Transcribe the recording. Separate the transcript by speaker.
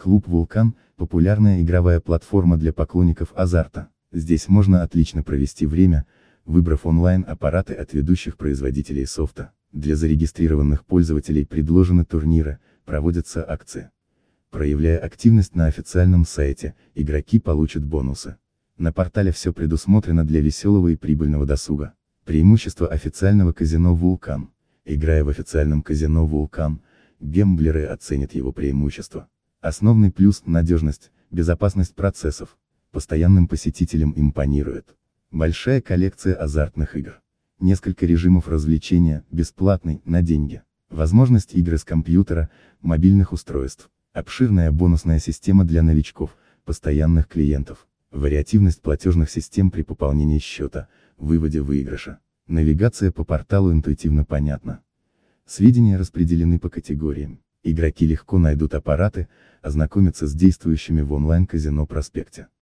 Speaker 1: Клуб «Вулкан» – популярная игровая платформа для поклонников азарта. Здесь можно отлично провести время, выбрав онлайн-аппараты от ведущих производителей софта. Для зарегистрированных пользователей предложены турниры, проводятся акции. Проявляя активность на официальном сайте, игроки получат бонусы. На портале все предусмотрено для веселого и прибыльного досуга. Преимущество официального казино «Вулкан». Играя в официальном казино «Вулкан», гэмблеры оценят его преимущества. Основной плюс – надежность, безопасность процессов. Постоянным посетителям импонирует. Большая коллекция азартных игр. Несколько режимов развлечения, бесплатный, на деньги. Возможность игры с компьютера, мобильных устройств. Обширная бонусная система для новичков, постоянных клиентов. Вариативность платежных систем при пополнении счета, выводе выигрыша. Навигация по порталу интуитивно понятна. Сведения распределены по категориям. Игроки легко найдут аппараты, ознакомятся с действующими в онлайн-казино проспекте.